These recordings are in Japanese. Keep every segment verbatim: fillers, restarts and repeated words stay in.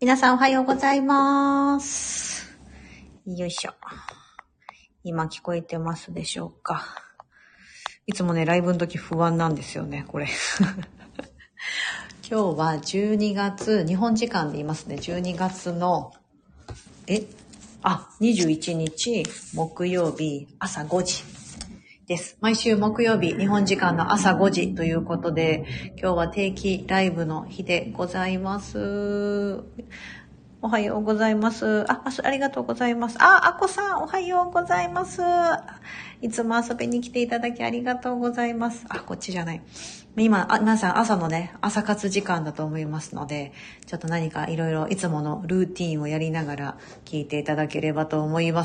皆さんおはようございます。よいしょ。今聞こえてますでしょうか。いつもね、ライブの時不安なんですよね、これ。今日はじゅうにがつ、日本時間で言いますね、じゅうにがつの、えあ、にじゅういちにち木曜日朝ごじです。毎週木曜日、日本時間の朝ごじということで、今日は定期ライブの日でございます。おはようございます。あ、ありがとうございます。あ、あこさん、おはようございます。いつも遊びに来ていただきありがとうございます。あ、こっちじゃない。今、あ皆さん朝のね、朝活時間だと思いますので、ちょっと何かいろいろいつものルーティンをやりながら聞いていただければと思います。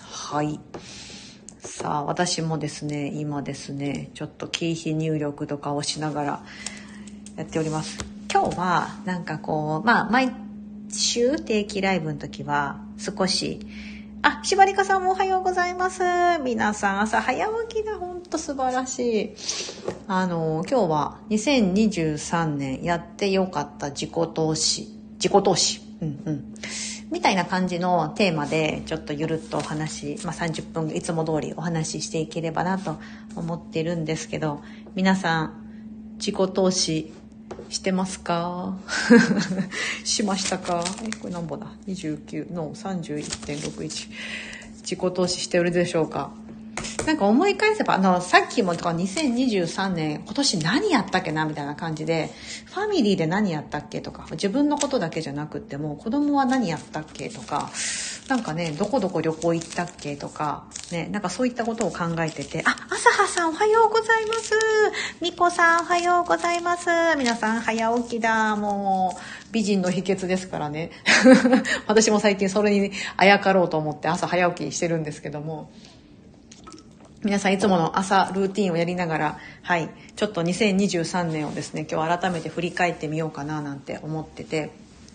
はい。さあ、私もですね、今ですね、ちょっとキー費入力とかをしながらやっております。今日は、なんかこう、まあ、毎週定期ライブの時は少し、あ、しばりかさんもおはようございます。皆さん朝早起きがほんと素晴らしい。あの、今日はにせんにじゅうさんねんやってよかった自己投資、自己投資、うんうん。みたいな感じのテーマでちょっとゆるっとお話、まあ、さんじゅっぷんいつも通りお話ししていければなと思ってるんですけど、皆さん自己投資してますか？しましたか？え、これ何本だ？ にじゅうきゅう の さんじゅういってんろくいち。自己投資してるでしょうか？なんか思い返せば、あの、さっきもとかにせんにじゅうさんねん、今年何やったっけなみたいな感じで、ファミリーで何やったっけとか、自分のことだけじゃなくっても、子供は何やったっけとか、なんかね、どこどこ旅行行ったっけとか、ね、なんかそういったことを考えてて、あ、朝葉さんおはようございます。みこさんおはようございます。皆さん早起きだ。もう、美人の秘訣ですからね。私も最近それにあやかろうと思って朝早起きしてるんですけども、皆さんいつもの朝ルーティンをやりながら、はい、ちょっとにせんにじゅうさんねんをですね、今日改めて振り返ってみようかななんて思ってて、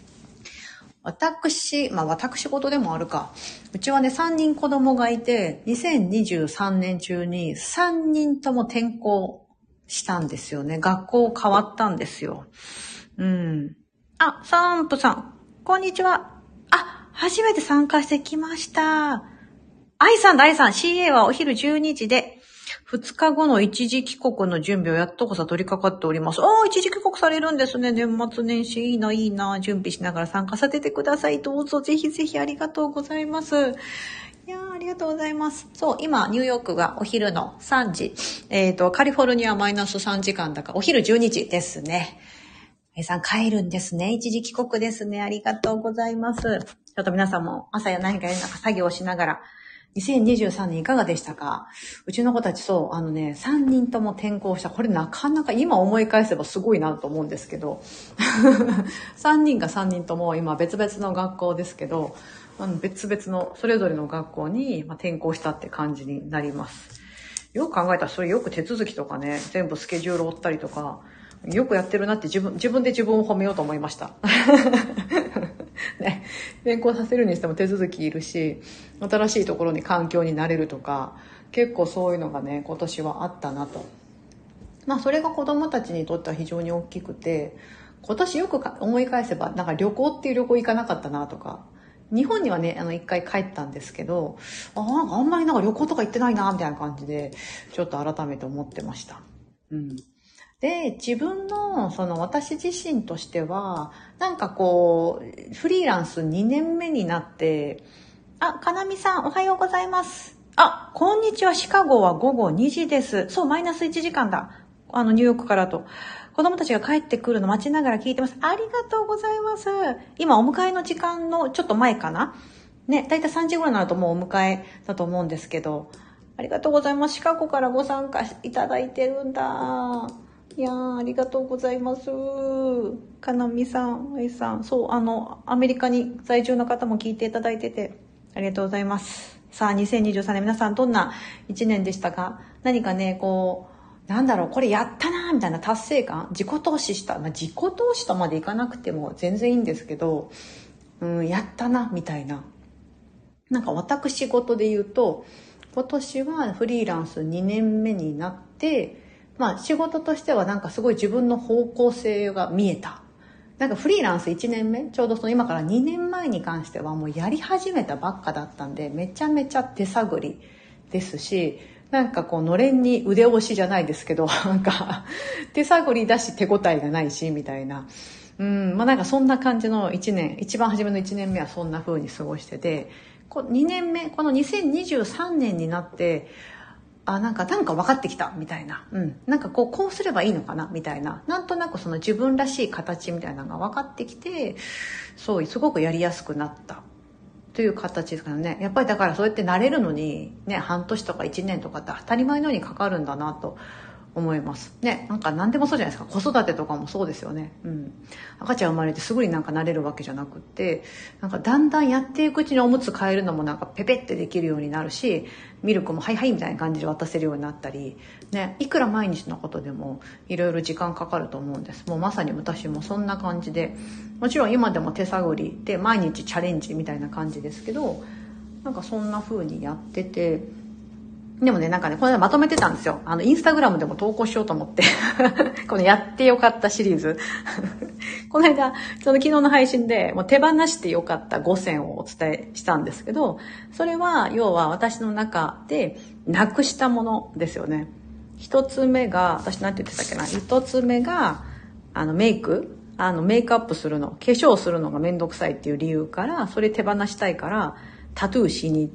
私、まあ私事でもあるか。うちはね、さんにん子供がいて、にせんにじゅうさんねん中にさんにんとも転校したんですよね。学校変わったんですよ。うん。あ、サンプさん、こんにちは。あ、初めて参加してきました。愛さんだ、愛さん、シーエー はお昼じゅうにじで、ふつかごの一時帰国の準備をやっとこさ取り掛かっております。おー、一時帰国されるんですね。年末年始、いいな、いいな。準備しながら参加させてください。どうぞ、ぜひぜひありがとうございます。いやー、ありがとうございます。そう、今、ニューヨークがお昼のさんじ。えっと、カリフォルニアはマイナスさんじかんだから、お昼じゅうにじですね。皆さん帰るんですね。一時帰国ですね。ありがとうございます。ちょっと皆さんも朝や何かやなんか作業をしながら、にせんにじゅうさんねんいかがでしたか？うちの子たちそう、あのね、さんにんとも転校した。これなかなか今思い返せばすごいなと思うんですけど、さんにんがさんにんとも今別々の学校ですけど、あの別々のそれぞれの学校に転校したって感じになります。よく考えたらそれよく手続きとかね、全部スケジュールを追ったりとか、よくやってるなって自分、自分で自分を褒めようと思いました。ね、転校させるにしても手続きいるし、新しいところに環境に慣れるとか、結構そういうのがね、今年はあったなと。まあそれが子供たちにとっては非常に大きくて、今年よく思い返せば、なんか旅行っていう旅行行かなかったなとか、日本にはね、あの一回帰ったんですけど、あ、なんかあんまりなんか旅行とか行ってないな、みたいな感じで、ちょっと改めて思ってました。うん。で、自分の、その私自身としては、なんかこう、フリーランスにねんめになって、あ、かなみさんおはようございます。あ、こんにちは、シカゴはごごにじです。そう、マイナスいちじかんだ。あの、ニューヨークからと。子供たちが帰ってくるの待ちながら聞いてます。ありがとうございます。今、お迎えの時間のちょっと前かな。ね、だいたいさんじぐらいになるともうお迎えだと思うんですけど、ありがとうございます。シカゴからご参加いただいてるんだ。いやー、ありがとうございます。かなみさん、あいさん、そう、あの、アメリカに在住の方も聞いていただいてて、ありがとうございます。さあ、にせんにじゅうさんねん、皆さんどんないちねんでしたか？何かね、こう、なんだろう、これやったなーみたいな達成感、自己投資した。まあ、自己投資とまでいかなくても全然いいんですけど、うん、やったな、みたいな。なんか私事で言うと、今年はフリーランスにねんめになって、まあ仕事としてはなんかすごい自分の方向性が見えた。 なんかフリーランスいちねんめ、ちょうどその今からにねんまえに関してはもうやり始めたばっかだったんで、めちゃめちゃ手探りですし、なんかこうのれんに腕押しじゃないですけど、なんか手探りだし手応えがないしみたいな、うん、まあなんかそんな感じのいちねん、一番初めのいちねんめはそんな風に過ごしてて、こにねんめ、このにせんにじゅうさんねんになって、あ、なんか、なんか分かってきた、みたいな。うん。なんかこう、こうすればいいのかな、みたいな。なんとなくその自分らしい形みたいなのが分かってきて、そう、すごくやりやすくなった。という形ですからね。やっぱりだからそうやって慣れるのに、ね、半年とかいちねんとかって当たり前のようにかかるんだなと思います。ね、なんか何でもそうじゃないですか。子育てとかもそうですよね。うん。赤ちゃん生まれてすぐになんか慣れるわけじゃなくって、なんかだんだんやっていくうちにおむつ替えるのもなんかペペってできるようになるし、ミルクもはいはいみたいな感じで渡せるようになったり、ね、いくら毎日のことでもいろいろ時間かかると思うんです。もうまさに私もそんな感じで、もちろん今でも手探りで毎日チャレンジみたいな感じですけど、なんかそんな風にやってて、でもね、なんかね、この間まとめてたんですよ。あの、インスタグラムでも投稿しようと思って。このやってよかったシリーズ。この間、その昨日の配信で、もう手放してよかったごせんをお伝えしたんですけど、それは、要は私の中で、なくしたものですよね。一つ目が、私なんて言ってたっけな。一つ目が、あの、メイク。あの、メイクアップするの、化粧するのがめんどくさいっていう理由から、それ手放したいから、タトゥーしに行って、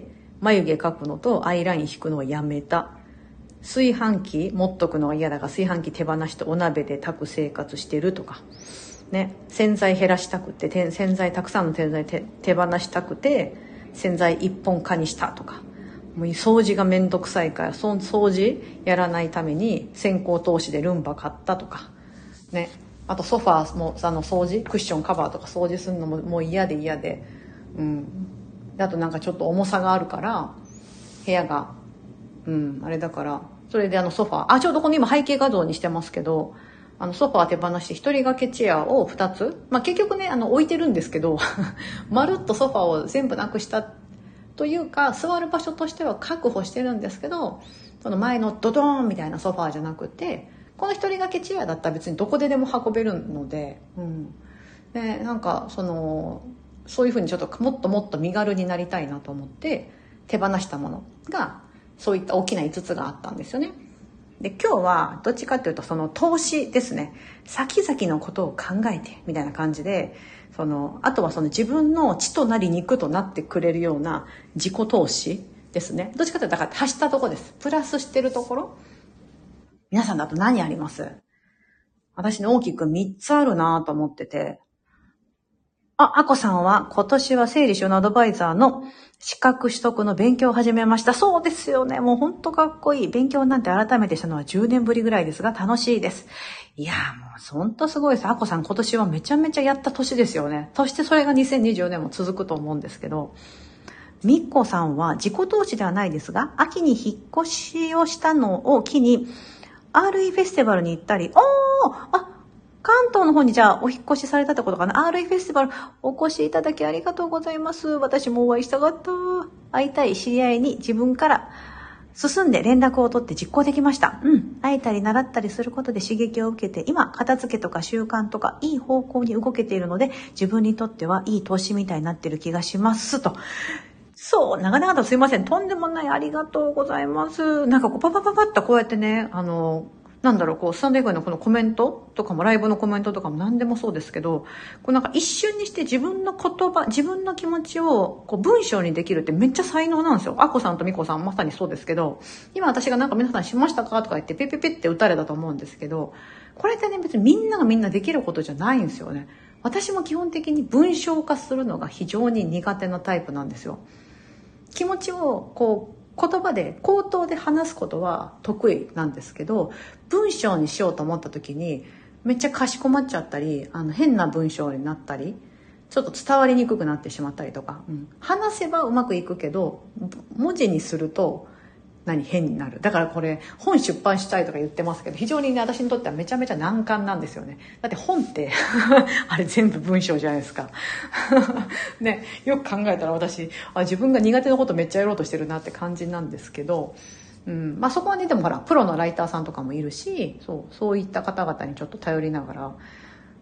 眉毛描くのとアイライン引くのをやめた。炊飯器持っとくのが嫌だから炊飯器手放してお鍋で炊く生活してるとか。ね。洗剤減らしたくて、洗剤たくさんの洗剤手手放したくて、洗剤一本化にしたとか。もう掃除がめんどくさいから、その掃除やらないために先行投資でルンバ買ったとか。ね。あとソファーもあの掃除、クッションカバーとか掃除するのももう嫌で嫌で。うん。あとなんかちょっと重さがあるから部屋がうんあれだから、それであのソファーあちょうどこの今背景画像にしてますけど、あのソファー手放して一人掛けチェアをふたつ、まあ結局ねあの置いてるんですけどまるっとソファーを全部なくしたというか、座る場所としては確保してるんですけど、その前のドドーンみたいなソファーじゃなくて、この一人掛けチェアだったら別にどこででも運べるので、うんでなんかそのそういうふうにちょっともっともっと身軽になりたいなと思って手放したものがそういった大きないつつがあったんですよね。で今日はどっちかというとその投資ですね。先々のことを考えてみたいな感じで、そのあとはその自分の血となり肉となってくれるような自己投資ですね。どっちかというとだから足したところです。プラスしてるところ。皆さんだと何あります？私ね大きくみっつあるなと思ってて。あ、あこさんは今年は整理収納アドバイザーの資格取得の勉強を始めました。そうですよね。もうほんとかっこいい。勉強なんて改めてしたのはじゅうねんぶりぐらいですが楽しいです。いやーもうほんとすごいです。あこさん今年はめちゃめちゃやった年ですよね。そしてそれがにせんにじゅうよねんも続くと思うんですけど、みっこさんは自己投資ではないですが、秋に引っ越しをしたのを機に アールイー フェスティバルに行ったり、おーあ関東の方にじゃあお引っ越しされたってことかな。アールイー フェスティバルお越しいただきありがとうございます。私もお会いしたかった。会いたい知り合いに自分から進んで連絡を取って実行できました。うん。会えたり習ったりすることで刺激を受けて、今片付けとか習慣とかいい方向に動けているので、自分にとってはいい投資みたいになってる気がしますと。そう、長々とすいません。とんでもない。ありがとうございます。なんかこうパパパパッとこうやってね、あの、なんだろう、こう、スタンドエフエムのこのコメントとかも、ライブのコメントとかも何でもそうですけど、こうなんか一瞬にして自分の言葉、自分の気持ちをこう文章にできるってめっちゃ才能なんですよ。あこさんとみこさんまさにそうですけど、今私がなんか皆さんしましたかとか言ってピピピって打たれたと思うんですけど、これってね、別にみんながみんなできることじゃないんですよね。私も基本的に文章化するのが非常に苦手なタイプなんですよ。気持ちをこう、言葉で口頭で話すことは得意なんですけど、文章にしようと思った時にめっちゃかしこまっちゃったり、あの変な文章になったり、ちょっと伝わりにくくなってしまったりとか、うん、話せばうまくいくけど文字にすると何変になる。だからこれ本出版したいとか言ってますけど、非常にね私にとってはめちゃめちゃ難関なんですよね。だって本ってあれ全部文章じゃないですかね、よく考えたら私あ自分が苦手なことめっちゃやろうとしてるなって感じなんですけど、うん、まあそこはねでもほらプロのライターさんとかもいるし、そうそういった方々にちょっと頼りながら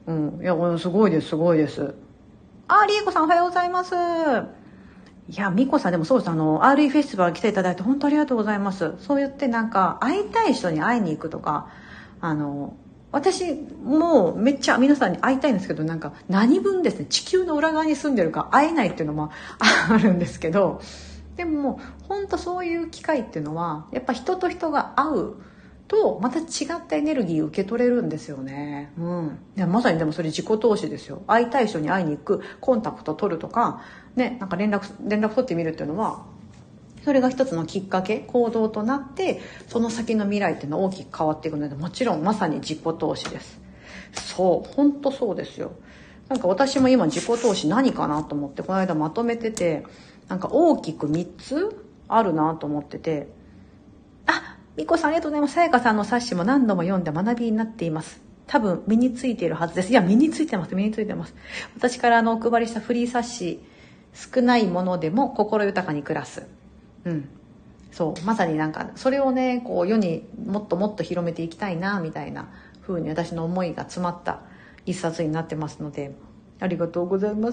うん。いや、すごいです、すごいです。あ、りえこさんおはようございます。いや、みこさんでもそうです。あの、アールイー フェスティバル来ていただいて本当ありがとうございます。そう言ってなんか、会いたい人に会いに行くとか、あの、私もうめっちゃ皆さんに会いたいんですけど、なんか何分ですね、地球の裏側に住んでるから会えないっていうのもあるんですけど、でも本当そういう機会っていうのは、やっぱ人と人が会うとまた違ったエネルギーを受け取れるんですよね。うん。いや、まさにでもそれ自己投資ですよ。会いたい人に会いに行く、コンタクト取るとか、ね、なんか連絡、連絡取ってみるっていうのは、それが一つのきっかけ、行動となって、その先の未来っていうのは大きく変わっていくので、もちろんまさに自己投資です。そう、本当そうですよ。なんか私も今自己投資何かなと思って、この間まとめてて、なんか大きくみっつあるなと思ってて、あ、みこさんありがとうございます。さやかさんの冊子も何度も読んで学びになっています。多分身についているはずです。いや、身についてます、身についてます。私からあのお配りしたフリー冊子、少ないものでも心豊かに暮らす。うん。そう、まさになんか、それをね、こう世にもっともっと広めていきたいな、みたいな風に私の思いが詰まった一冊になってますので、ありがとうございます。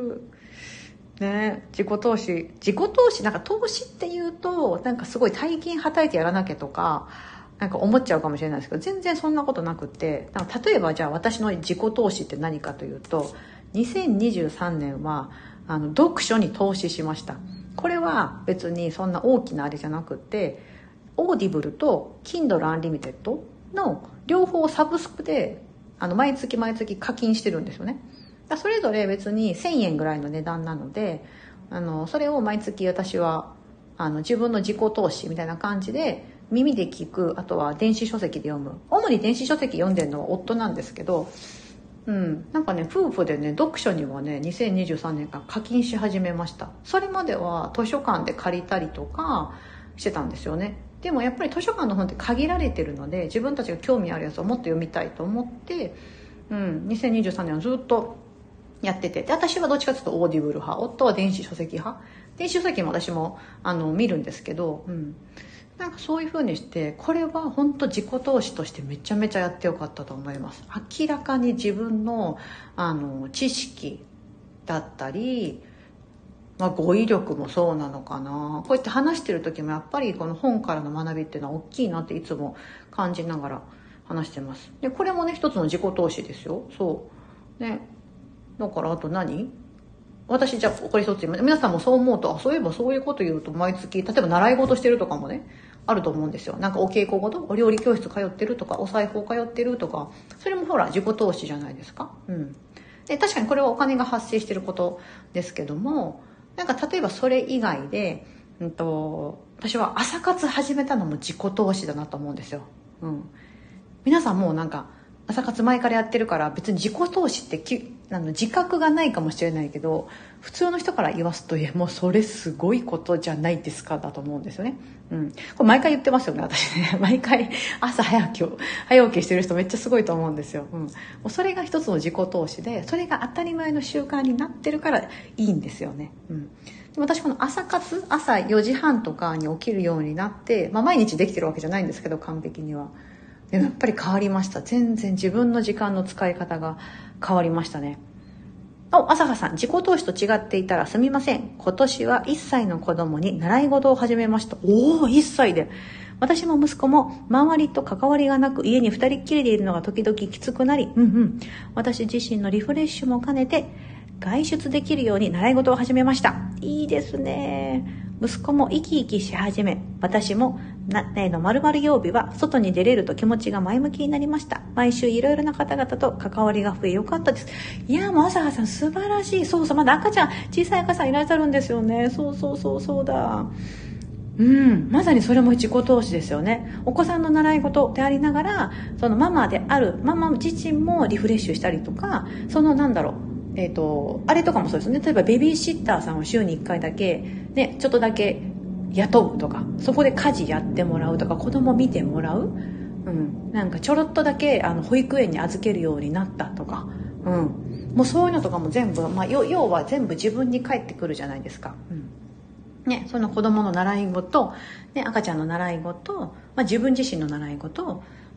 ね、自己投資、自己投資、なんか投資っていうと、なんかすごい大金はたいてやらなきゃとか、なんか思っちゃうかもしれないですけど、全然そんなことなくって、なんか例えばじゃあ私の自己投資って何かというと、にせんにじゅうさんねんは、あの、読書に投資しました。これは別にそんな大きなあれじゃなくって、オーディブルと Kindle Unlimited の両方サブスクで、あの、毎月毎月課金してるんですよね。それぞれ別にせんえんぐらいの値段なので、あの、それを毎月私は、あの、自分の自己投資みたいな感じで、耳で聞く、あとは電子書籍で読む。主に電子書籍読んでるのは夫なんですけど、うん、なんかね、夫婦でね、読書にはね、にせんにじゅうさんねんから課金し始めました。それまでは図書館で借りたりとかしてたんですよね。でもやっぱり図書館の本って限られてるので、自分たちが興味あるやつをもっと読みたいと思って、うん、にせんにじゅうさんねんはずっとやってて、で、私はどっちかというとオーディブル派、夫は電子書籍派。電子書籍も私もあの見るんですけど、うん、なんかそういう風にして、これは本当自己投資としてめちゃめちゃやってよかったと思います。明らかに自分のあの知識だったり、まあ、語彙力もそうなのかな。こうやって話してる時もやっぱりこの本からの学びっていうのは大きいなっていつも感じながら話してます。で、これもね、一つの自己投資ですよ。そうね。だからあと何、私じゃあこれ一つ、皆さんもそう思うと、あ、そういえばそういうこと言うと毎月、例えば習い事してるとかもね、あると思うんですよ。なんかお稽古事、お料理教室通ってるとか、お裁縫通ってるとか、それもほら自己投資じゃないですか。うん。で、確かにこれはお金が発生してることですけども、なんか例えばそれ以外で、うんと、私は朝活始めたのも自己投資だなと思うんですよ。うん。皆さんもうなんか、朝活前からやってるから別に自己投資ってきあの自覚がないかもしれないけど、普通の人から言わすと、いやもうそれすごいことじゃないですかだと思うんですよね。うん、これ毎回言ってますよね、私ね。毎回朝早起きを早起きしてる人めっちゃすごいと思うんですよ。うん、もうそれが一つの自己投資で、それが当たり前の習慣になってるからいいんですよね。うん、でも私この朝活、朝よじはんとかに起きるようになって、まあ、毎日できてるわけじゃないんですけど、完璧には。でもやっぱり変わりました。全然自分の時間の使い方が変わりましたね。お、朝香さん、自己投資と違っていたらすみません。今年はいっさいの子供に習い事を始めました。おー、いっさいで。私も息子も周りと関わりがなく家に二人っきりでいるのが時々きつくなり、うんうん。私自身のリフレッシュも兼ねて外出できるように習い事を始めました。いいですね。息子も生き生きし始め、私もな、えー、の丸々曜日は外に出れると気持ちが前向きになりました。毎週いろいろな方々と関わりが増えよかったです。いや、もう朝葉さん素晴らしい。そうそう、まだ赤ちゃん、小さい赤ちゃんいらっしゃるんですよね。そうそうそうそうだ。うん、まさにそれも自己投資ですよね。お子さんの習い事でありながら、そのママであるママ自身もリフレッシュしたりとか、そのなんだろう、えっと、あれとかもそうですね。例えばベビーシッターさんを週にいっかいだけ、ね、ちょっとだけ雇うとか、そこで家事やってもらうとか、子供見てもらう。うん。なんかちょろっとだけ、あの、保育園に預けるようになったとか、うん。もうそういうのとかも全部、まあ、要は全部自分に返ってくるじゃないですか。うん。ね、その子供の習い事、ね、赤ちゃんの習い事、まあ、自分自身の習い事、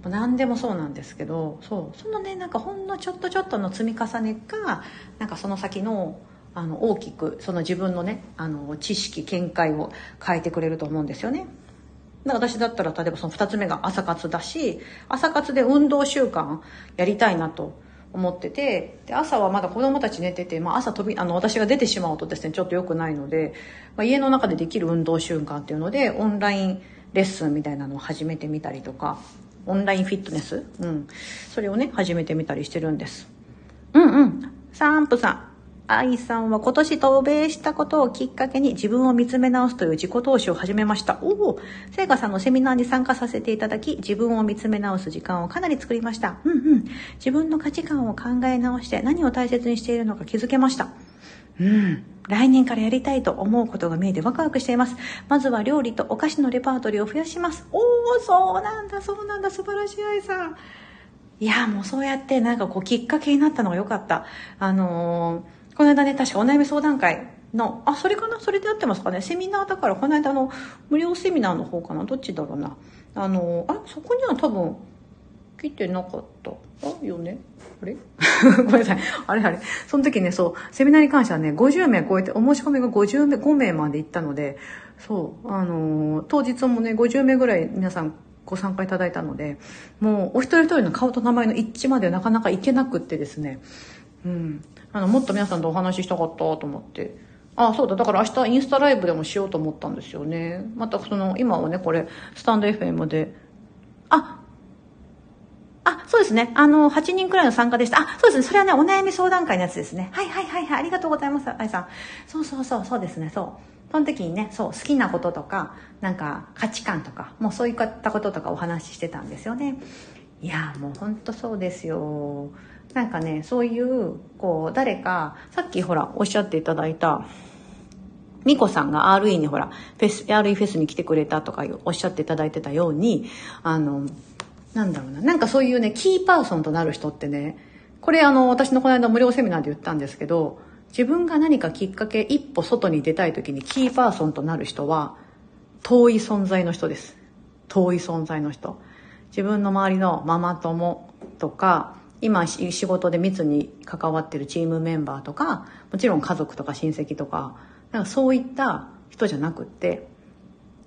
何でもそうなんですけど、そうそのねなんかほんのちょっとちょっとの積み重ねがなんかその先のあの大きくその自分のねあの知識見解を変えてくれると思うんですよね。だから私だったら例えばそのふたつめが朝活だし、朝活で運動習慣やりたいなと思ってて、で朝はまだ子供たち寝てて、まあ、朝飛びあの私が出てしまうとですねちょっと良くないので、まあ、家の中でできる運動習慣っていうのでオンラインレッスンみたいなのを始めてみたりとか、オンラインフィットネス、うん、それをね始めてみたりしてるんです。うんうん。サンプさん、愛さんは今年渡米したことをきっかけに自分を見つめ直すという自己投資を始めました。おお、聖華さんのセミナーに参加させていただき、自分を見つめ直す時間をかなり作りました。うんうん。自分の価値観を考え直して何を大切にしているのか気づけました。うん。来年からやりたいと思うことが見えてワクワクしています。まずは料理とお菓子のレパートリーを増やします。おー、そうなんだ、そうなんだ、素晴らしい愛さん。いや、もうそうやってなんかこうきっかけになったのが良かった。あのー、この間ね、確かお悩み相談会の、あ、それかなそれでやってますかね。セミナーだから、この間の無料セミナーの方かなどっちだろうな。あのー、あ、そこには多分来てなかった。あ、よね。あれごめんなさい。あれあれ。その時ね、そう、セミナーに関してはね、ごじゅうめい超えて、お申し込みがごじゅうめい、ごめいまで行ったので、そう、あのー、当日もね、ごじゅうめいぐらい皆さんご参加いただいたので、もうお一人一人の顔と名前の一致までなかなかいけなくってですね、うん。あの、もっと皆さんとお話ししたかったと思って。あ、そうだ。だから明日インスタライブでもしようと思ったんですよね。またその、今はね、これ、スタンド エフエム で、あ、あ、そうですね。あの、はちにんくらいの参加でした。あ、そうですね。それはね、お悩み相談会のやつですね。はいはいはいはい。ありがとうございます、愛さん。そうそうそう、そうですね。そう。その時にね、そう、好きなこととか、なんか価値観とか、もうそういったこととかお話ししてたんですよね。いや、もうほんとそうですよ。なんかね、そういう、こう、誰か、さっきほら、おっしゃっていただいた、ミコさんが アールイー にほら、フェス、アールイー フェスに来てくれたとかおっしゃっていただいてたように、あの、なんだろうな。なんかそういうね、キーパーソンとなる人ってね、これあの、私のこの間無料セミナーで言ったんですけど、自分が何かきっかけ、一歩外に出たい時にキーパーソンとなる人は、遠い存在の人です。遠い存在の人。自分の周りのママ友とか、今仕事で密に関わってるチームメンバーとか、もちろん家族とか親戚とか、なんかそういった人じゃなくって、うん、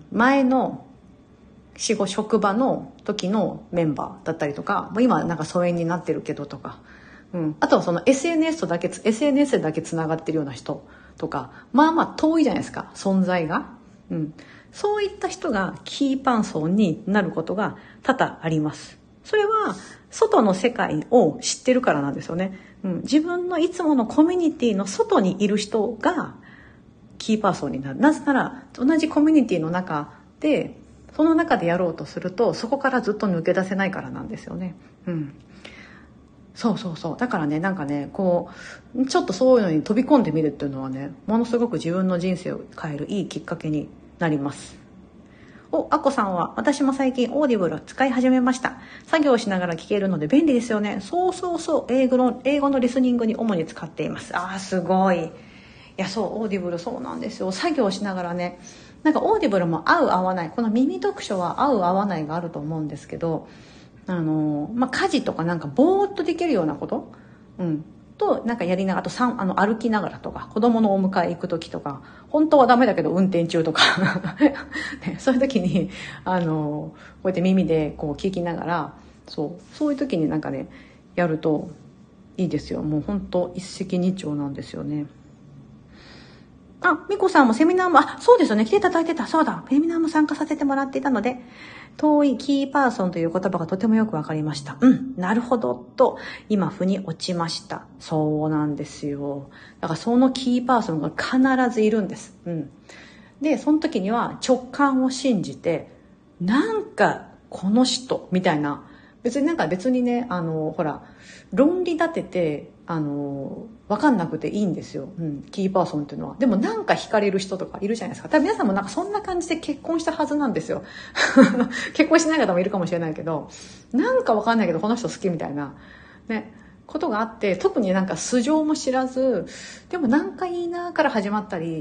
前の仕事職場の時のメンバーだったりとか、もう今なんか疎遠になってるけどとか、うん、あとはその エスエヌエス とだけ エスエヌエス でだけつながってるような人とか、まあまあ遠いじゃないですか、存在が、うん、そういった人がキーパーソンになることが多々あります。それは外の世界を知ってるからなんですよね、うん、自分のいつものコミュニティの外にいる人がキーパーソンになる。なぜなら同じコミュニティの中でその中でやろうとするとそこからずっと抜け出せないからなんですよね。うん。そうそうそう。だからね、なんかね、こうちょっとそういうのに飛び込んでみるっていうのはね、ものすごく自分の人生を変えるいいきっかけになります。お、あこさんは、私も最近オーディブル使い始めました。作業しながら聞けるので便利ですよね。そうそうそう。英語の英語のリスニングに主に使っています。あー、すごい。いや、そう、オーディブルそうなんですよ。作業しながらね、なんかオーディブルも合う合わない、この耳読書は合う合わないがあると思うんですけど、あのまあ、家事とかなんかぼーっとできるようなこと、うんとなんかやりながら、あとさんあの歩きながらとか、子供のお迎え行く時とか、本当はダメだけど運転中とか、ね、そういう時にあのこうやって耳でこう聞きながら、そうそういう時になんかねやるといいですよ。もう本当一石二鳥なんですよね。あ、みこさんもセミナーも、あ、そうですよね。来ていただいてた。そうだ。セミナーも参加させてもらっていたので、遠いキーパーソンという言葉がとてもよくわかりました。うん、なるほど、と、今、腑に落ちました。そうなんですよ。だからそのキーパーソンが必ずいるんです。うん。で、その時には直感を信じて、なんか、この人、みたいな、別になんか別にね、あの、ほら、論理立てて、あの、わかんなくていいんですよ。うん、キーパーソンっていうのは。でもなんか惹かれる人とかいるじゃないですか。多分皆さんもなんかそんな感じで結婚したはずなんですよ。結婚しない方もいるかもしれないけど、なんかわかんないけどこの人好きみたいな、ね、ことがあって、特になんか素性も知らず、でもなんかいいなから始まったり、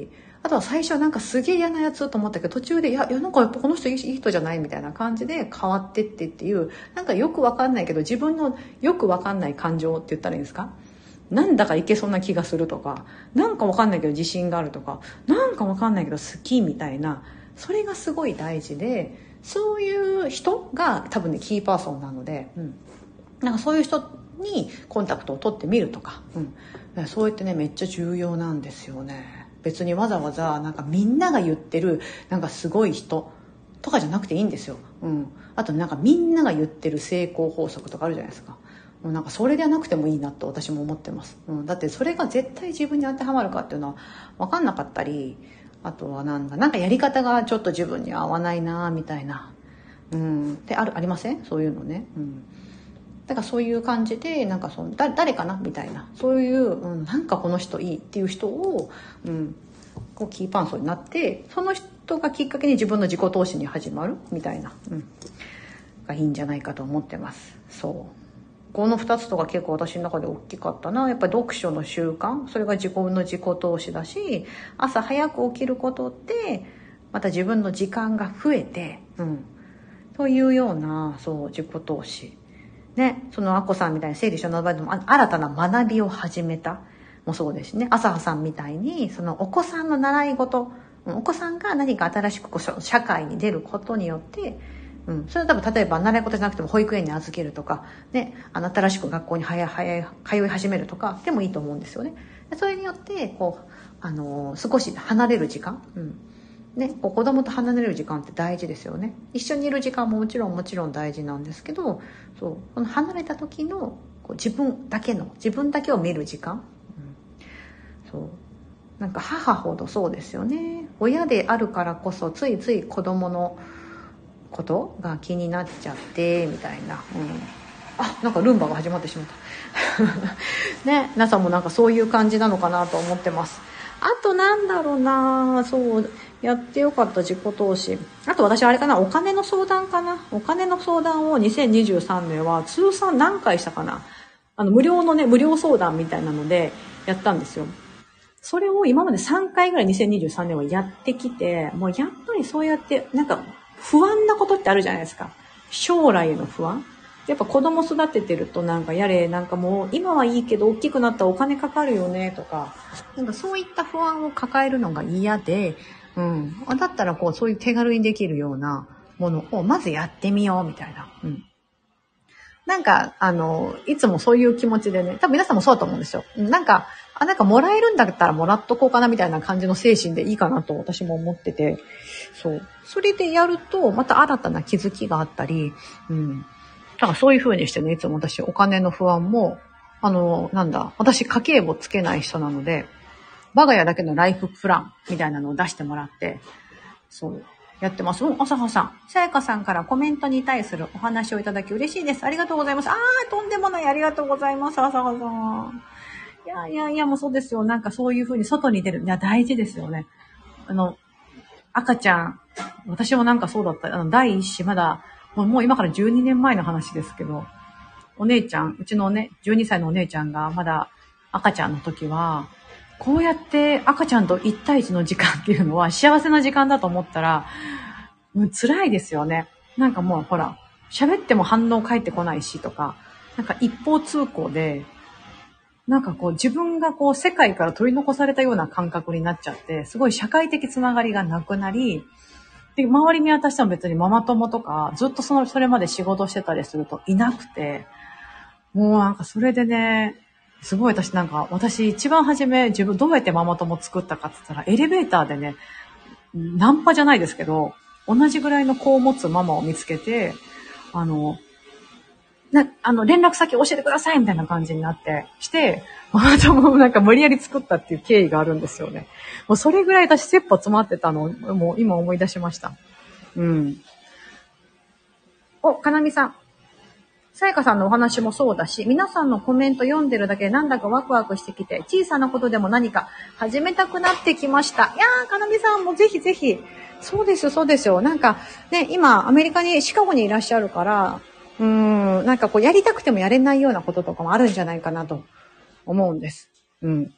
あとは最初なんかすげえ嫌なやつと思ったけど、途中で、いや、いやなんかやっぱこの人いい人じゃないみたいな感じで変わってってっていう、なんかよくわかんないけど、自分のよくわかんない感情って言ったらいいんですか？なんだかいけそうな気がするとか、なんかわかんないけど自信があるとか、なんかわかんないけど好きみたいな、それがすごい大事で、そういう人が多分ね、キーパーソンなので、うん。なんかそういう人にコンタクトを取ってみるとか、うん。そうやってね、めっちゃ重要なんですよね。別にわざわざなんかみんなが言ってるなんかすごい人とかじゃなくていいんですよ。うん。あとなんかみんなが言ってる成功法則とかあるじゃないですか。なんかそれではなくてもいいなと私も思ってます。うん、だってそれが絶対自分に当てはまるかっていうのは分かんなかったり、あとはなんかなんかやり方がちょっと自分に合わないなみたいな、うん、ってあるありません？そういうのね。うん。だからそういう感じでなんかそのだ誰かなみたいな、そういう、うん、なんかこの人いいっていう人を、うん、こうキーパーソンになって、その人がきっかけに自分の自己投資に始まるみたいな、うん、がいいんじゃないかと思ってます。そう。このふたつとか結構私の中で大きかったな。やっぱり読書の習慣、それが自分の自己投資だし、朝早く起きることってまた自分の時間が増えて、うん、というような、そう自己投資ね。そのアッコさんみたいに整理収納の場合でも新たな学びを始めたもそうですね。朝葉さんみたいにそのお子さんの習い事、お子さんが何か新しく社会に出ることによって、うん、それは多分例えば習い事じゃなくても保育園に預けるとか、ね、あの新しく学校に早い早い通い始めるとかでもいいと思うんですよね。それによってこう、あのー、少し離れる時間、うんね、こう子供と離れる時間って大事ですよね。一緒にいる時間ももちろんもちろん大事なんですけど、そうこの離れた時のこう自分だけの自分だけを見る時間、うん、そうなんか母ほどそうですよね。親であるからこそついつい子供のことが気になっちゃってみたいな、うん、あ、なんかルンバが始まってしまったね、皆さんもなんかそういう感じなのかなと思ってます。あとなんだろうな、そうやってよかった自己投資。あと私あれかな、お金の相談かな。お金の相談をにせんにじゅうさんねんは通算何回したかな。あの無料のね、無料相談みたいなのでやったんですよ。それを今までさんかいぐらいにせんにじゅうさんねんはやってきて、もうやっぱりそうやってなんか不安なことってあるじゃないですか。将来への不安。やっぱ子供育ててるとなんかやれ、なんかもう今はいいけど大きくなったらお金かかるよねとか、なんかそういった不安を抱えるのが嫌で、うん。だったらこうそういう手軽にできるようなものをまずやってみようみたいな。うん。なんか、あの、いつもそういう気持ちでね、多分皆さんもそうだと思うんですよ。なんか、あ、なんかもらえるんだったらもらっとこうかなみたいな感じの精神でいいかなと私も思ってて、そう。それでやると、また新たな気づきがあったり、うん。だからそういう風にしてね、いつも私お金の不安も、あの、なんだ、私家計簿つけない人なので、我が家だけのライフプランみたいなのを出してもらって、そう。やってます。うん、朝葉さん。さやかさんからコメントに対するお話をいただき嬉しいです。ありがとうございます。あー、とんでもない。ありがとうございます。朝葉さん。いやいやいや、もうそうですよ。なんかそういう風に外に出る。いや、大事ですよね。あの、赤ちゃん、私もなんかそうだった。あの、第一子、まだ、もう、もう今からじゅうにねんまえの話ですけど、お姉ちゃん、うちのね、じゅうにさいのお姉ちゃんがまだ赤ちゃんの時は、こうやって赤ちゃんと一対一の時間っていうのは幸せな時間だと思ったら、もう辛いですよね。なんかもうほら、喋っても反応返ってこないしとか、なんか一方通行で、なんかこう自分がこう世界から取り残されたような感覚になっちゃって、すごい社会的つながりがなくなり、で、周り見渡しても別にママ友とか、ずっとその、それまで仕事してたりするといなくて、もうなんかそれでね、すごい私なんか、私一番初め自分どうやってママ友作ったかって言ったら、エレベーターでね、ナンパじゃないですけど、同じぐらいの子を持つママを見つけて、あの、な、あの、連絡先教えてくださいみたいな感じになって、して、ママ友もなんか無理やり作ったっていう経緯があるんですよね。もうそれぐらい私切羽詰まってたのを、もう今思い出しました。うん。お、かなみさん。さやかさんのお話もそうだし、皆さんのコメント読んでるだけでなんだかワクワクしてきて、小さなことでも何か始めたくなってきました。いやー、かなみさんもぜひぜひ。そうですよ、そうですよ。なんかね、今アメリカに、シカゴにいらっしゃるから、うーん、なんかこうやりたくてもやれないようなこととかもあるんじゃないかなと思うんです。うん。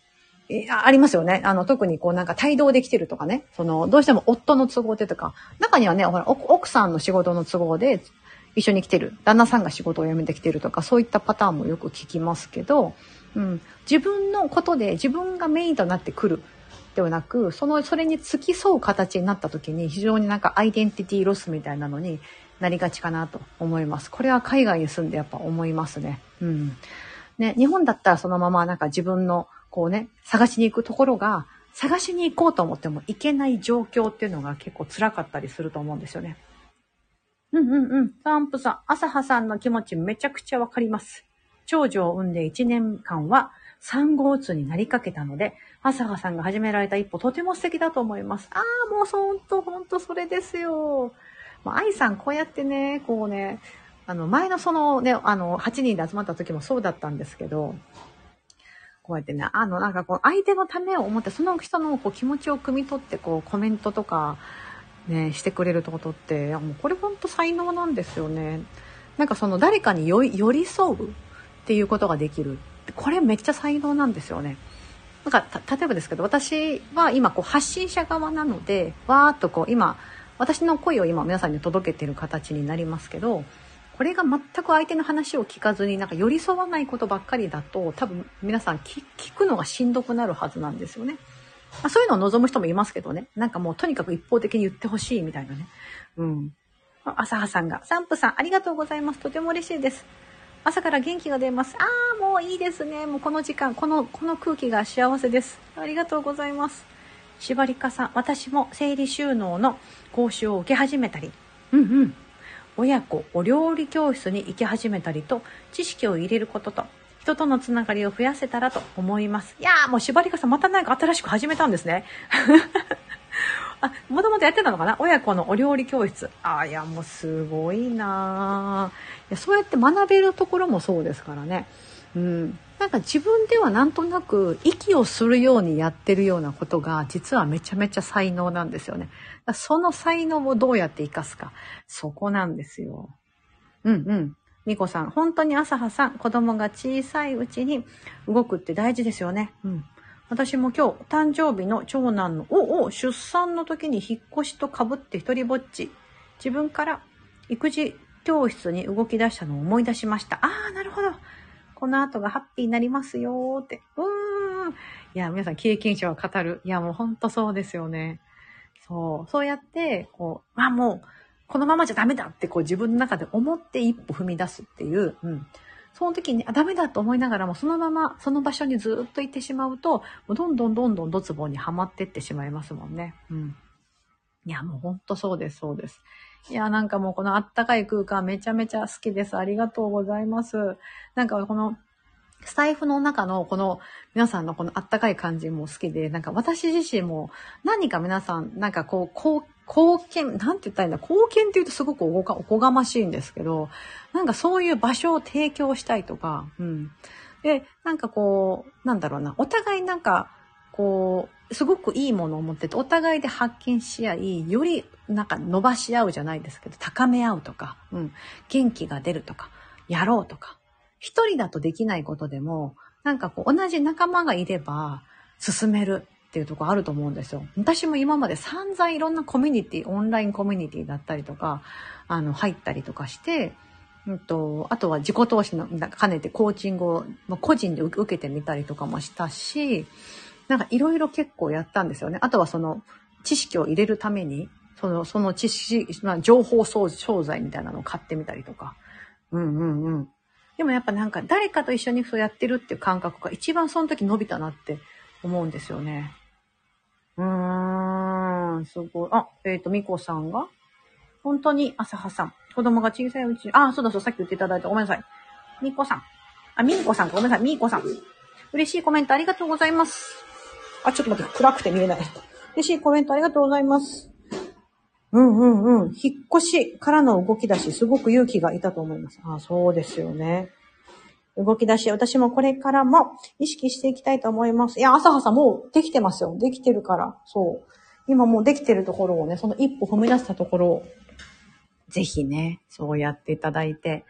ありますよね。あの、特にこうなんか帯同できてるとかね。その、どうしても夫の都合でとか、中にはね、ほら、奥さんの仕事の都合で一緒に来てる。旦那さんが仕事を辞めてきてるとか、そういったパターンもよく聞きますけど、うん。自分のことで自分がメインとなってくるではなく、その、それに付き添う形になった時に非常になんかアイデンティティロスみたいなのになりがちかなと思います。これは海外に住んでやっぱ思いますね。うん。ね、日本だったらそのままなんか自分のこうね、探しに行くところが、探しに行こうと思っても行けない状況っていうのが結構辛かったりすると思うんですよね。うんうんうん。サンプさん、朝葉さんの気持ちめちゃくちゃわかります。長女を産んでいちねんかんは産後うつになりかけたので、朝葉さんが始められた一歩とても素敵だと思います。ああ、もうほんとほんとそれですよ。まあ、愛さんこうやってね、こうね、あの、前のそのね、あの、はちにんで集まった時もそうだったんですけど、こうやってね、あの、なんかこう、相手のためを思って、その人のこう気持ちを汲み取って、こう、コメントとか、ね、してくれるってことって、いやもうこれほんと才能なんですよね。なんかその誰かによ寄り添うっていうことができる。これめっちゃ才能なんですよね。なんか、た、例えばですけど、私は今こう発信者側なので、わーっとこう、今、私の声を今皆さんに届けてる形になりますけど、これが全く相手の話を聞かずになんか寄り添わないことばっかりだと多分皆さん 聞, 聞くのがしんどくなるはずなんですよね。まあ、そういうのを望む人もいますけどね。なんかもうとにかく一方的に言ってほしいみたいなね。うん。朝葉さんが、サンプさんありがとうございます。とても嬉しいです。朝から元気が出ます。ああ、もういいですね。もうこの時間、この、この空気が幸せです。ありがとうございます。しばりかさん、私も生理収納の講習を受け始めたり。うんうん。親子お料理教室に行き始めたりと知識を入れることと人とのつながりを増やせたらと思います。いやーもうしばりかさんまた何か新しく始めたんですね。あ、もともとやってたのかな、親子のお料理教室。あ、いやもうすごいなー。いやそうやって学べるところもそうですからね。うん。なんか自分ではなんとなく息をするようにやってるようなことが実はめちゃめちゃ才能なんですよね。その才能をどうやって活かすか。そこなんですよ。うんうん。みこさん、本当に朝葉さん、子供が小さいうちに動くって大事ですよね。うん。私も今日、誕生日の長男の、おお、出産の時に引っ越しと被って一人ぼっち。自分から育児教室に動き出したのを思い出しました。ああ、なるほど。この後がハッピーになりますよーって。うーん。いや、皆さん経験者は語る。いや、もうほんとそうですよね。そう。そうやって、こう、あ、もう、このままじゃダメだって、こう自分の中で思って一歩踏み出すっていう、うん。その時に、あ、ダメだと思いながらも、そのまま、その場所にずっと行ってしまうと、もうどんどんどんどんドツボにはまってってしまいますもんね。うん。いや、もうほんとそうです、そうです。いや、なんかもうこのあったかい空間めちゃめちゃ好きです。ありがとうございます。なんかこの、スタイフの中のこの皆さんのこのあったかい感じも好きで、なんか私自身も何か皆さん、なんかこう、こう、貢献、なんて言ったらいいんだ、貢献って言うとすごくおこが、おこがましいんですけど、なんかそういう場所を提供したいとか、うん。で、なんかこう、なんだろうな、お互いなんか、こう、すごくいいものを持ってて、お互いで発見し合い、よりなんか伸ばし合うじゃないですけど、高め合うとか、うん、元気が出るとか、やろうとか、一人だとできないことでも、なんかこう、同じ仲間がいれば、進めるっていうところあると思うんですよ。私も今まで散々いろんなコミュニティ、オンラインコミュニティだったりとか、あの、入ったりとかして、うんと、あとは自己投資の兼ねてコーチングを個人で受けてみたりとかもしたし、なんかいろいろ結構やったんですよね。あとはその知識を入れるために、その、その知識、まあ、情報商材みたいなのを買ってみたりとか。うんうんうん。でもやっぱなんか誰かと一緒にそうやってるっていう感覚が一番その時伸びたなって思うんですよね。うーん、すごい。あ、えっと、みこさんが本当に朝葉さん。子供が小さいうちに、あ、そうだそう、さっき言っていただいた。ごめんなさい。みこさん。あ、みーこさんか。ごめんなさい。みーこさん。嬉しいコメントありがとうございます。あ、ちょっと待って。暗くて見えない。嬉しいコメントありがとうございます。うんうんうん。引っ越しからの動き出し、すごく勇気がいたと思います。あ、そうですよね。動き出し、私もこれからも意識していきたいと思います。いや、朝葉さんもうできてますよ。できてるから。そう。今もうできてるところをね、その一歩踏み出したところを、ぜひね、そうやっていただいて。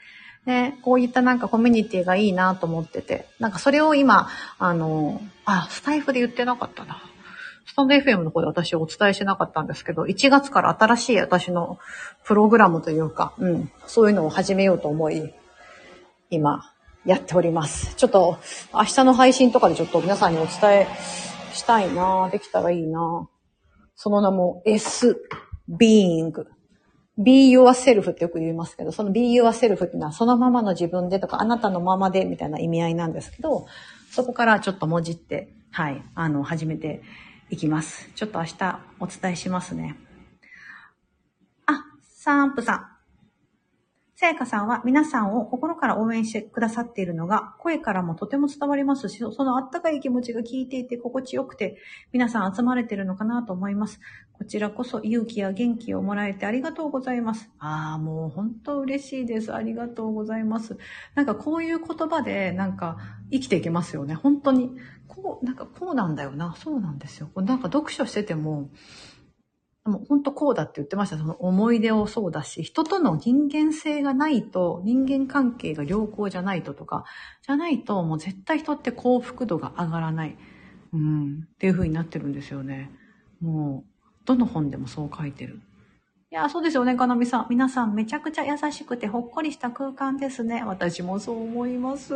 ね、こういったなんかコミュニティがいいなと思ってて、なんかそれを今、あの、あ、スタイフで言ってなかったな。スタンド エフエム の方で私お伝えしてなかったんですけど、いちがつから新しい私のプログラムというか、うん、そういうのを始めようと思い、今、やっております。ちょっと、明日の配信とかでちょっと皆さんにお伝えしたいな、できたらいいな。その名も S Being。Be yourself ってよく言いますけど、その Be yourself っていうのはそのままの自分でとか、あなたのままでみたいな意味合いなんですけど、そこからちょっともじって、はい、あの、始めていきます。ちょっと明日お伝えしますね。あ、サンプさん。さやかさんは皆さんを心から応援してくださっているのが声からもとても伝わりますし、そのあったかい気持ちが聞いていて心地よくて皆さん集まれているのかなと思います。こちらこそ勇気や元気をもらえてありがとうございます。ああ、もう本当嬉しいです。ありがとうございます。なんかこういう言葉でなんか生きていけますよね。本当に。こう、なんかこうなんだよな。そうなんですよ。なんか読書してても、もう本当こうだって言ってました。その思い出をそうだし、人との人間性がないと、人間関係が良好じゃないととか、じゃないともう絶対人って幸福度が上がらない。うん、っていう風になってるんですよね。もう、どの本でもそう書いてる。いや、そうですよね、かなみさん。皆さんめちゃくちゃ優しくてほっこりした空間ですね。私もそう思います。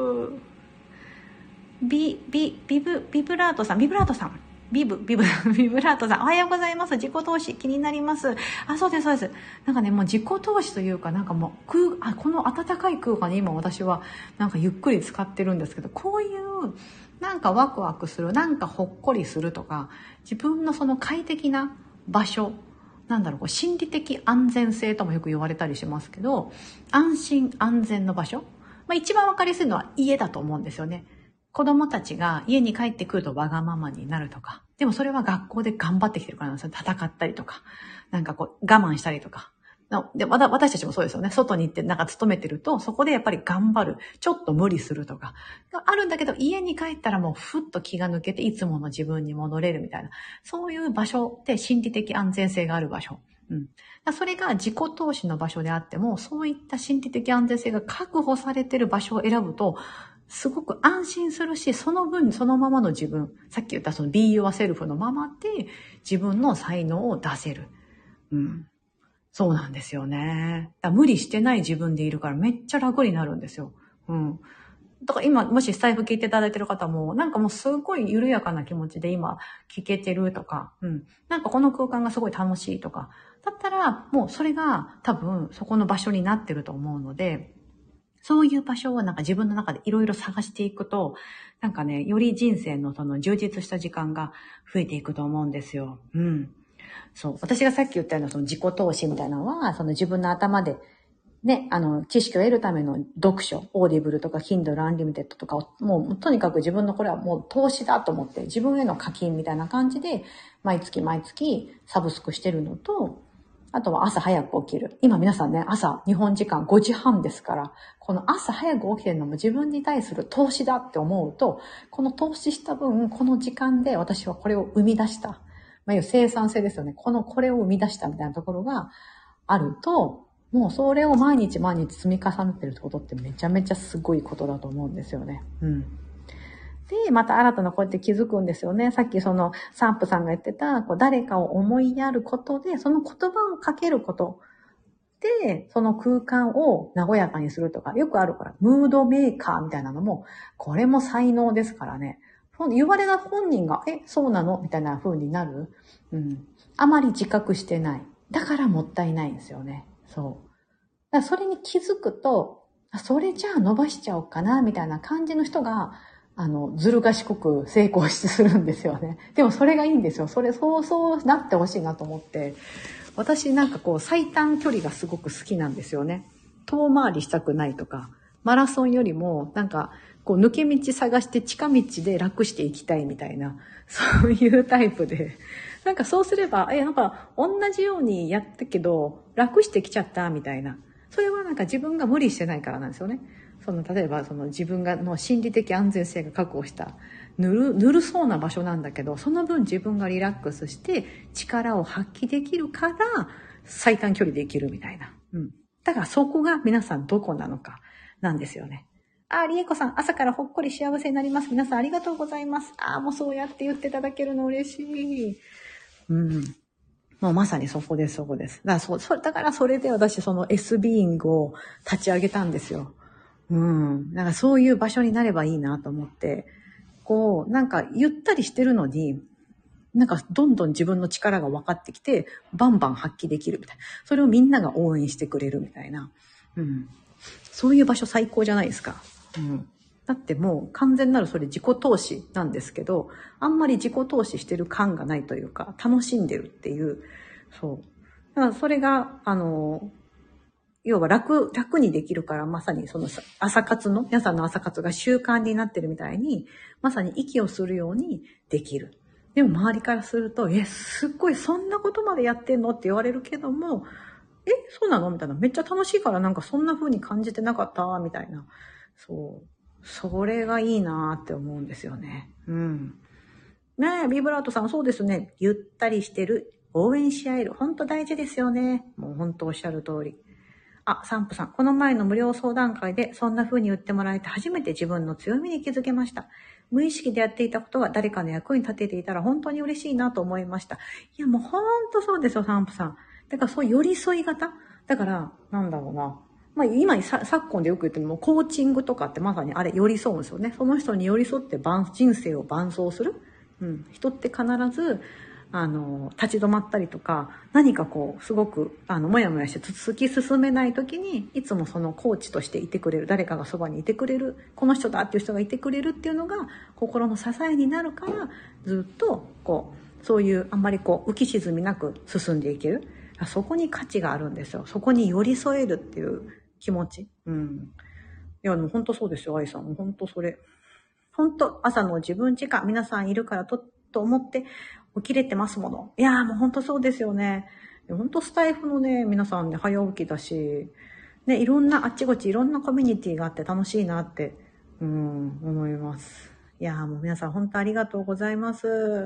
ビ、ビ、ビブ、ビブラートさん、ビブラートさん。ビブ、ビブ、ビブラートさん、おはようございます。自己投資気になります。あ、そうです、そうです。なんかね、もう自己投資というか、なんかもう、空、あ、この暖かい空間に今私は、なんかゆっくり使ってるんですけど、こういう、なんかワクワクする、なんかほっこりするとか、自分のその快適な場所、なんだろう、こう心理的安全性ともよく言われたりしますけど、安心安全の場所。まあ一番わかりやすいのは家だと思うんですよね。子供たちが家に帰ってくるとわがままになるとか。でもそれは学校で頑張ってきてるからなんですよ。戦ったりとか。なんかこう我慢したりとか。で、私たちもそうですよね。外に行ってなんか勤めてると、そこでやっぱり頑張る。ちょっと無理するとか。があるんだけど、家に帰ったらもうふっと気が抜けて、いつもの自分に戻れるみたいな。そういう場所って心理的安全性がある場所。うん。それが自己投資の場所であっても、そういった心理的安全性が確保されている場所を選ぶと、すごく安心するし、その分、そのままの自分、さっき言ったその be yourself のままで自分の才能を出せる。うん。そうなんですよね。だ無理してない自分でいるからめっちゃ楽になるんですよ。うん。だから今、もしスタイフ聞いていただいてる方も、なんかもうすごい緩やかな気持ちで今聞けてるとか、うん。なんかこの空間がすごい楽しいとか、だったらもうそれが多分そこの場所になってると思うので、そういう場所をなんか自分の中でいろいろ探していくと、なんかね、より人生のその充実した時間が増えていくと思うんですよ。うん。そう。私がさっき言ったようなその自己投資みたいなのは、その自分の頭で、ね、あの、知識を得るための読書、オーディブルとか Kindle Unlimited とかを、もうとにかく自分のこれはもう投資だと思って、自分への課金みたいな感じで、毎月毎月サブスクしてるのと、あとは朝早く起きる。今皆さんね、朝日本時間ごじはんですから、この朝早く起きてるのも自分に対する投資だって思うと、この投資した分、この時間で私はこれを生み出した。まあ、いう生産性ですよね。この、これを生み出したみたいなところがあると、もうそれを毎日毎日積み重ねてることってめちゃめちゃすごいことだと思うんですよね。うん。で、また新たなこうやって気づくんですよね。さっきそのサンプさんが言ってた、こう誰かを思いやることで、その言葉をかけることで、その空間を和やかにするとか、よくあるから、ムードメーカーみたいなのも、これも才能ですからね。言われた本人が、え、そうなのみたいな風になる。うん。あまり自覚してない。だからもったいないんですよね。そう。だからそれに気づくと、それじゃあ伸ばしちゃおうかな、みたいな感じの人が、あの、ずる賢く成功するんですよね。でもそれがいいんですよ。それ、そうそうなってほしいなと思って。私なんかこう、最短距離がすごく好きなんですよね。遠回りしたくないとか、マラソンよりも、なんか、こう、抜け道探して近道で楽していきたいみたいな、そういうタイプで。なんかそうすれば、え、なんか同じようにやったけど、楽してきちゃったみたいな。それはなんか自分が無理してないからなんですよね。その、例えばその自分がの心理的安全性が確保した、ぬる、ぬるそうな場所なんだけど、その分自分がリラックスして力を発揮できるから、最短距離できるみたいな。うん。 だからそこが皆さんどこなのかなんですよね。あ、りえこさん、朝からほっこり幸せになります。皆さんありがとうございます。あ、もうそうやって言っていただけるの嬉しい。うん。もうまさにそこです、そこです。だからそ、そだからそれで私その S ビーイングを立ち上げたんですよ。うん。だからそういう場所になればいいなと思って、こう、なんかゆったりしてるのに、なんかどんどん自分の力が分かってきて、バンバン発揮できるみたいな。それをみんなが応援してくれるみたいな。うん。そういう場所最高じゃないですか。うん。だってもう完全なるそれ自己投資なんですけど、あんまり自己投資してる感がないというか、楽しんでるっていう、そう。だからそれが、あの、要は楽、楽にできるから、まさにその朝活の、皆さんの朝活が習慣になってるみたいに、まさに息をするようにできる。でも周りからすると、え、すっごいそんなことまでやってんのって言われるけども、え、そうなのみたいな。めっちゃ楽しいからなんかそんな風に感じてなかったみたいな。そう。それがいいなって思うんですよね。うん。ねえ、ビブラートさん、そうですね。ゆったりしてる。応援し合える。本当大事ですよね。もう本当おっしゃる通り。あ、サンプさん。この前の無料相談会でそんな風に言ってもらえて初めて自分の強みに気づけました。無意識でやっていたことが誰かの役に立てていたら本当に嬉しいなと思いました。いや、もう本当そうですよ、サンプさん。だからそう寄り添い型だから、なんだろうな。まあ今、昨今でよく言ってるのも、コーチングとかってまさにあれ寄り添うんですよね。その人に寄り添って人生を伴走する。うん。人って必ず、あの、立ち止まったりとか、何かこう、すごく、あの、もやもやして突き進めないときに、いつもそのコーチとしていてくれる、誰かがそばにいてくれる、この人だっていう人がいてくれるっていうのが、心の支えになるから、ずっと、こう、そういう、あんまりこう、浮き沈みなく進んでいける。そこに価値があるんですよ。そこに寄り添えるっていう気持ち。うん。いや、でも本当そうですよ、愛さん。もう本当それ。本当、朝の自分時間、皆さんいるからと、と思って起きれてますもの。いやーもう本当そうですよね。本当スタイフのね、皆さんね、早起きだし、ね、いろんな、あっちこっちいろんなコミュニティがあって楽しいなって、うん、思います。いやーもう皆さん本当ありがとうございます。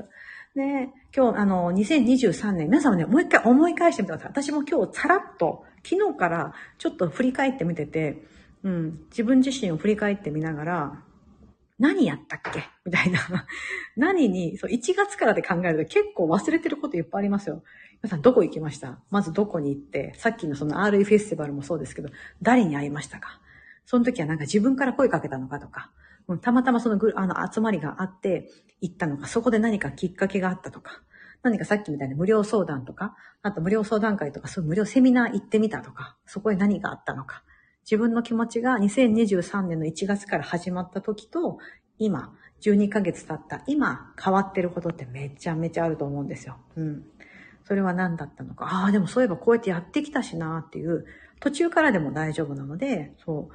ね、今日、あの、にせんにじゅうさんねん、皆さんもね、もう一回思い返してみてください。私も今日さらっと、昨日からちょっと振り返ってみてて、うん、自分自身を振り返ってみながら、何やったっけみたいな。何に、そう、いちがつからで考えると結構忘れてることいっぱいありますよ。皆さんどこ行きました？まずどこに行って、さっきのその アールイー フェスティバルもそうですけど、誰に会いましたか？その時はなんか自分から声かけたのかとか、うん、たまたまそのグあの集まりがあって行ったのか、そこで何かきっかけがあったとか、何かさっきみたいに無料相談とか、あと無料相談会とか、そういう無料セミナー行ってみたとか、そこへ何があったのか。自分の気持ちがにせんにじゅうさんねんのいちがつから始まった時と、今、じゅうにかげつ経った今、変わってることってめちゃめちゃあると思うんですよ。うん。それは何だったのか。ああ、でもそういえばこうやってやってきたしなっていう、途中からでも大丈夫なので、そう。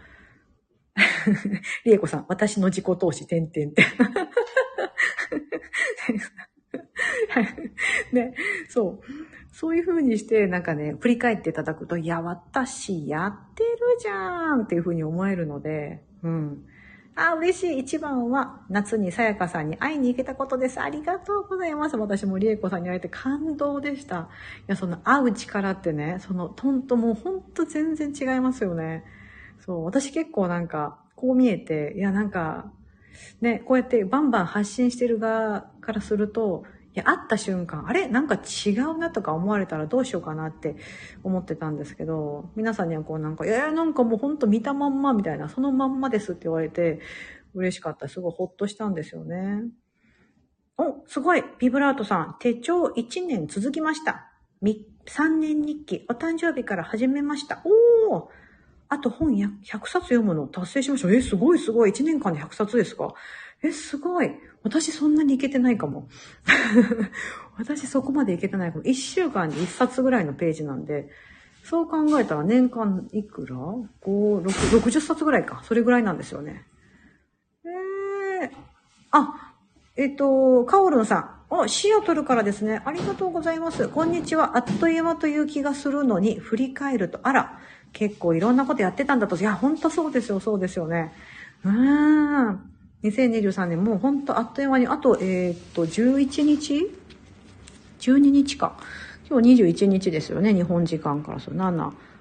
りえこさん、私の自己投資、てんてんてん。ね、そう。そういう風にして、なんかね、振り返っていただくと、いや、私やってるじゃんっていう風に思えるので、うん。あ、嬉しい。一番は、夏にさやかさんに会いに行けたことです。ありがとうございます。私もりえこさんに会えて感動でした。いや、その会う力ってね、その、とんともうほんと全然違いますよね。そう、私結構なんか、こう見えて、いや、なんか、ね、こうやってバンバン発信してる側からすると、いや、会った瞬間、あれなんか違うなとか思われたらどうしようかなって思ってたんですけど、皆さんにはこうなんか、いや、なんかもうほんと見たまんまみたいな、そのまんまですって言われて、嬉しかった。すごいほっとしたんですよね。お、すごい。ビブラートさん、手帳いちねん続きました。さんねん日記、お誕生日から始めました。おー、あと本ひゃくさつ読むの達成しました。え、すごいすごい。いちねんかんでひゃくさつですか？え、すごい。私そんなにいけてないかも。私そこまでいけてないかも。いっしゅうかんにいっさつぐらいのページなんで、そう考えたら年間いくら ?ご、ろく、ろくじゅっさつぐらいか。それぐらいなんですよね。えー、あ、えっと、カオルンさん。お、シアトルからですね。ありがとうございます。こんにちは。あっという間という気がするのに、振り返ると、あら、結構いろんなことやってたんだと。いや、ほんとそうですよ、そうですよね。うーん。にせんにじゅうさんねん、もうほんとあっという間に、あと、えー、っと、じゅういちにち ?じゅうににちか。今日にじゅういちにちですよね、日本時間から。そう、なな、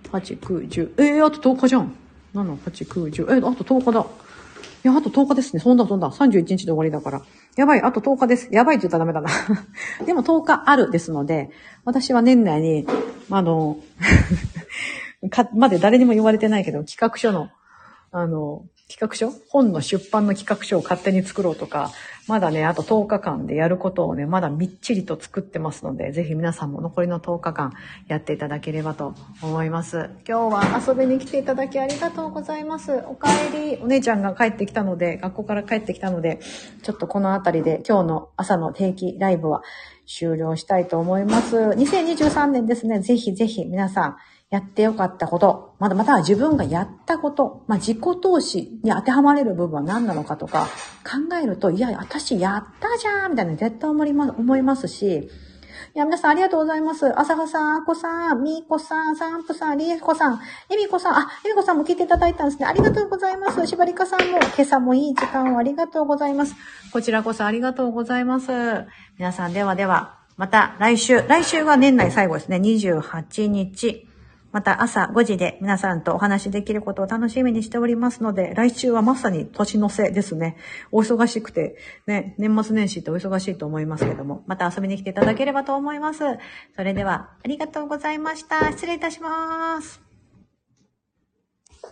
はち、く、じゅう。えー、あととおかじゃん。なな、はち、く、じゅう。えー、あととおかだ。いや、あととおかですね。そんだ、そんだ。さんじゅういちにちで終わりだから。やばい、あととおかです。やばいって言ったらダメだな。でもとおかあるですので、私は年内に、あの、か、まで誰にも言われてないけど、企画書の、あの、企画書本の出版の企画書を勝手に作ろうとか、まだね、あととおかかんでやることをね、まだみっちりと作ってますので、ぜひ皆さんも残りのとおかかんやっていただければと思います。今日は遊びに来ていただきありがとうございます。おかえり。お姉ちゃんが帰ってきたので、学校から帰ってきたので、ちょっとこのあたりで今日の朝の定期ライブは終了したいと思います。にせんにじゅうさんねんですね、ぜひぜひ皆さん、やってよかったこと、またまたは自分がやったこと、まあ、自己投資に当てはまれる部分は何なのかとか考えると、いや、私やったじゃんみたいな絶対思います、思いますし、いや、皆さんありがとうございます。朝香さん、あこさん、みーこさん、サンプさん、りえこさん、えみこさん、あ、えみこさんも聞いていただいたんですね。ありがとうございます。しばりかさんも、今朝もいい時間をありがとうございます。こちらこそありがとうございます。皆さんではでは、また来週、来週が年内最後ですね。にじゅうはちにち。また朝ごじで皆さんとお話しできることを楽しみにしておりますので、来週はまさに年の瀬ですね。お忙しくて、ね、年末年始ってお忙しいと思いますけども、また遊びに来ていただければと思います。それでは、ありがとうございました。失礼いたします。